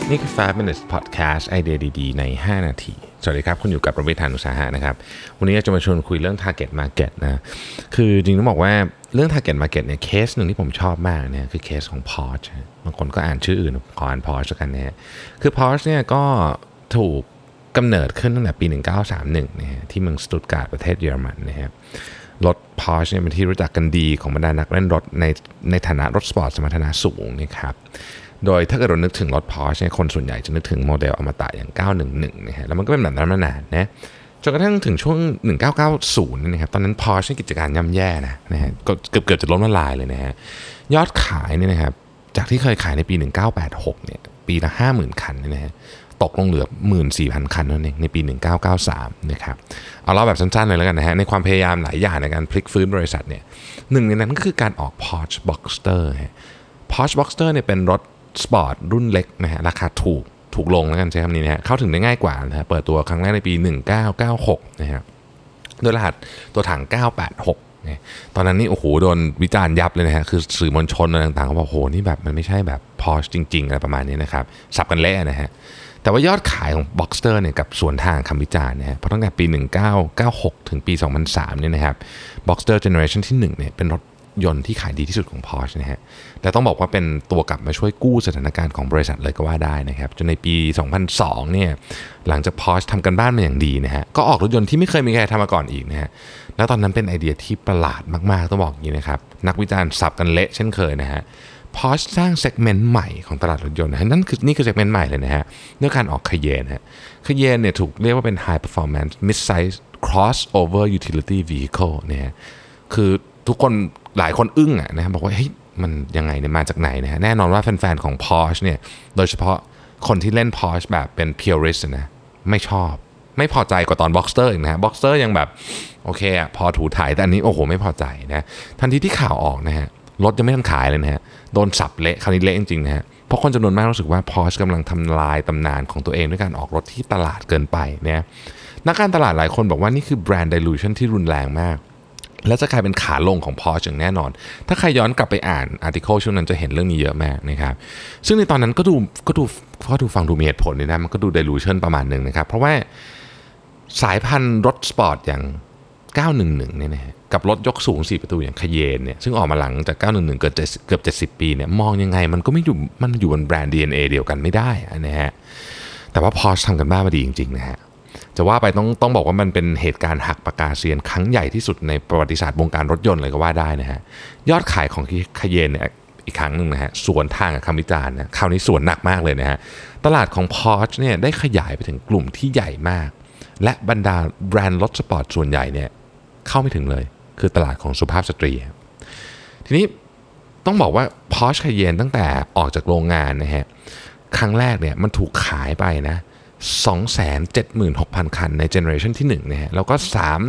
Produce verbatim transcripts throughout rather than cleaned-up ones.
นี่คือไฟว์ minutes podcast ไอเดียดีๆในห้านาทีสวัสดีครับคุณอยู่กับประวิทย์ หาญอุตสาหะนะครับวันนี้จะมาชวนคุยเรื่อง target market นะคือจริงต้องบอกว่าเรื่อง target market เนี่ยเคสหนึ่งที่ผมชอบมากเนี่ยคือเคสของ Porsche บางคนก็อ่านชื่ออื่นขออ่าน Porsche กันนะฮะคือ Porsche เนี่ยก็ถูกกำเนิดขึ้นตั้งแต่ปีหนึ่งเก้าสามหนึ่งนะฮะที่เมืองสตุตการ์ดประเทศเยอรมันนะครับรถ Porsche เนี่ยเป็นที่รู้จักกันดีของบรรดานักเล่นรถในในฐานะรถสปอร์ตสมรรถนะสูงนะครับโดยถ้าเกิดเรานึกถึงรถ Porsche เนี่ยคนส่วนใหญ่จะนึกถึงโมเดลอมตะอย่างเก้าหนึ่งหนึ่งนะฮะแล้วมันก็เป็นแบบนั้นมานานนะจนกระทั่งถึงช่วงหนึ่งเก้าเก้าศูนย์นะครับตอนนั้น Porsche กิจการย่ำแย่นะนะฮะก็เกือบเกือบจะล้มละลายเลยนะฮะยอดขายเนี่ยนะครับจากที่เคยขายในปีหนึ่งเก้าแปดหกเนี่ยปีละ ห้าหมื่น คันนะฮะตกลงเหลือ หนึ่งหมื่นสี่พัน คันนั่นเองในปีหนึ่งเก้าเก้าสามนะครับเอาเล่าแบบสั้นๆเลยแล้วกันนะฮะในความพยายามหลายอย่างในการพลิกฟื้นบริษัทเนี่ยหนึ่งในนั้นก็คือการออก Porsche Boxster ฮะ Porsche Boxster เนี่ยเป็นรถสปอร์ตรุ่นเล็กนะฮะราคาถูกถูกลงแล้วกันใช้คำนี้นะฮะเข้าถึงได้ง่ายกว่านะฮะเปิดตัวครั้งแรกในปีหนึ่งเก้าเก้าหกนะฮะด้วยรหัสตัวถังเก้าแปดหกนะตอนนั้นนี่โอ้โหโดนวิจารณ์ยับเลยนะฮะคือสื่อมวลชนอะไรต่างๆเขาบอกโหนี่แบบมันไม่ใช่แบบ Porsche จริงๆอะไรประมาณนี้นะครับสับกันเละนะฮะแต่ว่ายอดขายของ Boxster เนี่ยกับสวนทางคำวิจารณ์นะฮะเพราะตั้งแต่ปีหนึ่งเก้าเก้าหกถึงปีสองพันสามเนี่ยนะครับ Boxster Generation ที่หนึ่งเนี่ยเป็นรถยนต์ที่ขายดีที่สุดของ Porsche นะฮะแต่ต้องบอกว่าเป็นตัวกลับมาช่วยกู้สถานการณ์ของบริษัทเลยก็ว่าได้นะครับจนในปีสองพันสองเนี่ยหลังจาก Porsche ทำกันบ้านมาอย่างดีนะฮะก็ออกรถยนต์ที่ไม่เคยมีใครทำมาก่อนอีกนะฮะแล้วตอนนั้นเป็นไอเดียที่ประหลาดมากๆต้องบอกอย่างนี้นะครับนักวิจารณ์สับกันเละเช่นเคยนะฮะ Porsche สร้างเซกเมนต์ใหม่ของตลาดรถยนต์นะนั่นคือนี่คือเซกเมนต์ใหม่เลยนะฮะด้วยการออก Cayenne ฮะ Cayenne เนี่ยถูกเรียกว่าเป็น High Performance Mid-size Crossover Utility Vehicle เนี่ยคือทุกคนหลายคนอึ้งอ่ะนะบอกว่าเฮ้ยมันยังไงเนี่ยมาจากไหนนะฮะแน่นอนว่าแฟนๆของ Porsche เนี่ยโดยเฉพาะคนที่เล่น Porsche แบบเป็น purist นะไม่ชอบไม่พอใจกว่าตอน Boxster อีกนะฮะ Boxster ยังแบบโอเคอ่ะพอถูถ่ายแต่อันนี้โอ้โหไม่พอใจนะทันทีที่ข่าวออกนะฮะรถยังไม่ทันขายเลยนะฮะโดนสับเละคราวนี้เละจริงๆนะฮะเพราะคนจำนวนมากรู้สึกว่า Porsche กำลังทำลายตำนานของตัวเองด้วยการออกรถที่ตลาดเกินไปนะนักการตลาดหลายคนบอกว่านี่คือ brand dilution ที่รุนแรงมากและจะกลายเป็นขาลงของ Porsche อย่างแน่นอนถ้าใครย้อนกลับไปอ่านอาร์ติเคิลช่วงนั้นจะเห็นเรื่องนี้เยอะมากนะครับซึ่งในตอนนั้นก็ดูก็ดูก็ดูฟังดูมีเหตุผลเลยนะมันก็ดู dilution ประมาณนึงนะครับเพราะว่าสายพันธุ์รถสปอร์ตอย่างเก้าหนึ่งหนึ่งเนี่ยนะฮะกับรถยกสูงสี่ประตูอย่าง Cayenne เนี่ยซึ่งออกมาหลังจากเก้าหนึ่งหนึ่งเกือบเกือบเจ็ดสิบปีเนี่ยมองยังไงมันก็ไม่อยู่มันอยู่บนแบรนด์ ดี เอ็น เอ เดียวกันไม่ได้นะฮะแต่ว่า Porsche ทำกันบ้านมาดีจริงๆนะฮะจะว่าไปต้องต้องบอกว่ามันเป็นเหตุการณ์หักปากกาเซียนครั้งใหญ่ที่สุดในประวัติศาสตร์วงการรถยนต์เลยก็ว่าได้นะฮะยอดขายของCayenneเนี่ยอีกครั้งหนึ่งนะฮะสวนทางกับคำวิจารณ์นะคราวนี้สวนหนักมากเลยนะฮะตลาดของ Porsche เนี่ยได้ขยายไปถึงกลุ่มที่ใหญ่มากและบรรดาแบรนด์รถสปอร์ตส่วนใหญ่เนี่ยเข้าไม่ถึงเลยคือตลาดของสุภาพสตรีทีนี้ต้องบอกว่า Porsche Cayenne ตั้งแต่ออกจากโรงงานนะฮะครั้งแรกเนี่ยมันถูกขายไปนะสองแสนเจ็ดหมื่นหกพัน คันในเจเนอเรชันที่หนึ่งนะฮะแล้วก็3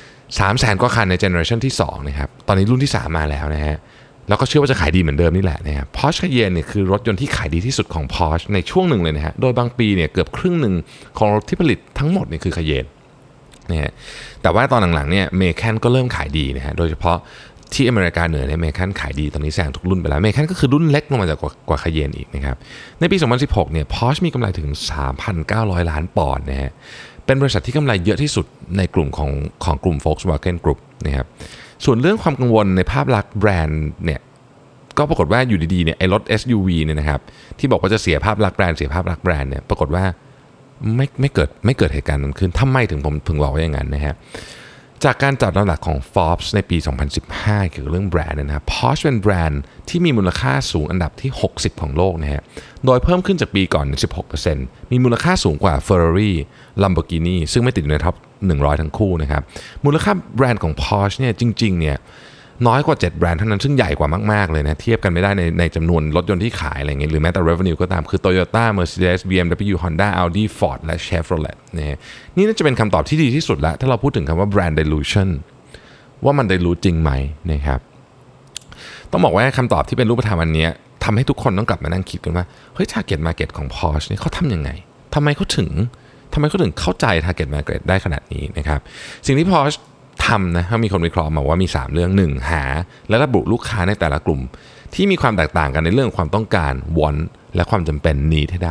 3แสนกว่าคันในเจเนอเรชันที่สองนะครับตอนนี้รุ่นที่สามมาแล้วนะฮะแล้วก็เชื่อว่าจะขายดีเหมือนเดิมนี่แหละนะฮะ Porsche Cayenne เนี่ยคือรถยนต์ที่ขายดีที่สุดของ Porsche ในช่วงหนึ่งเลยนะฮะโดยบางปีเนี่ยเกือบครึ่งหนึ่งของรถที่ผลิตทั้งหมดเนี่ยคือ Cayenne นะฮะแต่ว่าตอนหลังๆเนี่ยเมแคนก็เริ่มขายดีนะฮะโดยเฉพาะที่อเมริกาเหนือเนี่ยเมแคนขายดีตอนนี้แซงทุกรุ่นไปแล้วเมแคนก็คือรุ่นเล็กลงมาจากกว่าคาเยนอีกนะครับในปีสองพันสิบหกเนี่ย Porsche มีกำไรถึง สามพันเก้าร้อย ล้านปอนด์นะฮะเป็นบริษัทที่กำไรเยอะที่สุดในกลุ่มของของกลุ่ม Volkswagen Group นะครับส่วนเรื่องความกังวลในภาพลักษณ์แบรนด์เนี่ยก็ปรากฏว่าอยู่ดีๆเนี่ยไอ้รถ เอส ยู วี เนี่ยนะครับที่บอกว่าจะเสียภาพลักษณ์แบรนด์เสียภาพลักษณ์แบรนด์เนี่ยปรากฏว่าไม่ไม่เกิดไม่เกิดเหตุการณ์นั้นขึ้นทำไมถึงผมถึงบอกว่าอย่างนั้นนะฮะจากการจัดลำดับของ Forbes ในปี สองพันสิบห้า เกี่ยวกับเรื่องแบรนด์นะครับ Porsche เป็นแบรนด์ที่มีมูลค่าสูงอันดับที่หกสิบของโลกนะฮะโดยเพิ่มขึ้นจากปีก่อน สิบหกเปอร์เซ็นต์ มีมูลค่าสูงกว่า Ferrari Lamborghini ซึ่งไม่ติดอยู่ในท็อปหนึ่งร้อยทั้งคู่นะครับมูลค่าแบรนด์ของ Porsche เนี่ยจริงๆเนี่ยน้อยกว่าเจ็ดแบรนด์เท่านั้นซึ่งใหญ่กว่ามากๆเลยนะเทียบกันไม่ได้ในในจำนวนรถยนต์ที่ขายอะไรเงี้ยหรือแม้แต่ revenue ก็ตามคือ Toyota Mercedes บี เอ็ม ดับเบิลยู Honda Audi Ford และ Chevrolet นะฮะนี่น่าจะเป็นคำตอบที่ดีที่สุดแล้วถ้าเราพูดถึงคำว่า brand dilutionว่ามันได้รู้จริงไหมนะครับต้องบอกว่าคำตอบที่เป็นรูปธรรมอันนี้ทำให้ทุกคนต้องกลับมานั่งคิดกันว่าเฮ้ย target market ของ Porsche เนี่ยเขาทำยังไงทำไมเขาถึงทำไมเขาถึงเข้าใจ target market ได้ขนาดนี้นะครับสิ่งที่ Porsche ทำนะมีคนวิเคราะห์มาว่ามีสามเรื่องหนึ่งหาและระบุลูกค้าในแต่ละกลุ่มที่มีความแตกต่างกันในเรื่องความต้องการ want และความจำเป็น need ให้ได้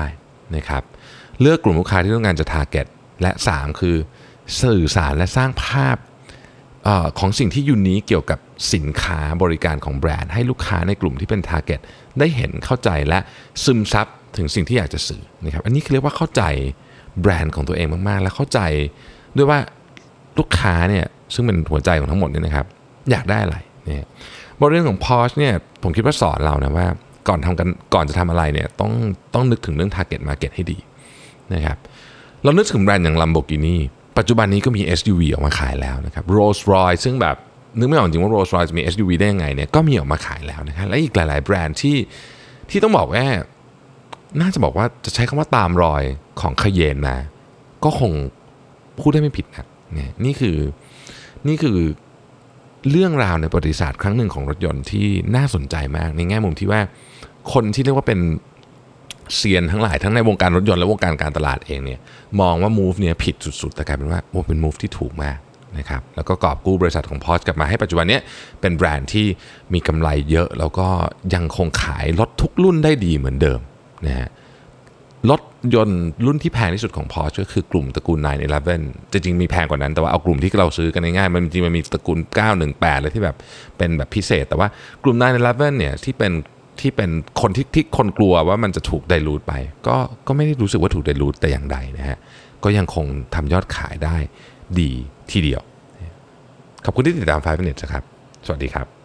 นะครับเลือกกลุ่มลูกค้าที่ต้องการจะ target และสามคือสื่อสารและสร้างภาพเอ่อของสิ่งที่ยูนิคเกี่ยวกับสินค้าบริการของแบรนด์ให้ลูกค้าในกลุ่มที่เป็น target ได้เห็นเข้าใจและซึมซับถึงสิ่งที่อยากจะสื่อนะครับอันนี้คือเรียกว่าเข้าใจแบรนด์ของตัวเองมากๆและเข้าใจด้วยว่าลูกค้าเนี่ยซึ่งเป็นหัวใจของทั้งหมดเนี่ยนะครับอยากได้อะไรเนี่ยบทเรียนของ Porsche เนี่ยผมคิดว่าสอนเรานะว่าก่อนทำกันก่อนจะทำอะไรเนี่ยต้องต้องนึกถึงเรื่อง target market ให้ดีนะครับเรานึกถึงแบรนด์อย่าง Lamborghini ปัจจุบันนี้ก็มี เอส ยู วี ออกมาขายแล้วนะครับ Rolls-Royce ซึ่งแบบนึกไม่ออกจริงว่า Rolls-Royce มี เอส ยู วี ได้ยังไงเนี่ยก็มีออกมาขายแล้วนะครับและอีกหลายๆแบรนด์ที่ที่ต้องบอกว่าน่าจะบอกว่าจะใช้คำว่าตามรอยของ Cayenne มาก็คงพูดได้ไม่ผิดนะเนี่ยนี่คือนี่คือเรื่องราวในประวัติศาสตร์ครั้งหนึ่งของรถยนต์ที่น่าสนใจมากในแง่มุมที่ว่าคนที่เรียกว่าเป็นเซียนทั้งหลายทั้งในวงการรถยนต์และวงการการตลาดเองเนี่ยมองว่า move เนี่ยผิดสุดๆแต่กลายเป็นว่าโอ้เป็น move ที่ถูกมากนะครับแล้วก็กอบกู้บริษัทของ Porsche กลับมาให้ปัจจุบันนี้เป็นแบรนด์ที่มีกำไรเยอะแล้วก็ยังคงขายรถทุกรุ่นได้ดีเหมือนเดิมนะฮะรถยนต์รุ่นที่แพงที่สุดของ Porsche ก็คือกลุ่มตระกูลไนน์ สิบเอ็ดจริงๆมีแพงกว่านั้นแต่ว่าเอากลุ่มที่เราซื้อกันง่ายๆมันจริงๆมันมีตระกูลเก้าหนึ่งแปดเลยที่แบบเป็นแบบพิเศษแต่ว่ากลุ่มไนน์ สิบเอ็ดเนี่ยที่เป็นที่เป็นคนที่ที่คนกลัวว่ามันจะถูกไดลูทไปก็ก็ไม่ได้รู้สึกว่าถูกไดลูทแต่อย่างใดนะฮะก็ยังคงทำยอดขายได้ดีทีเดียวขอบคุณที่ติดตามไฟว์ Minutes ครับสวัสดีครับ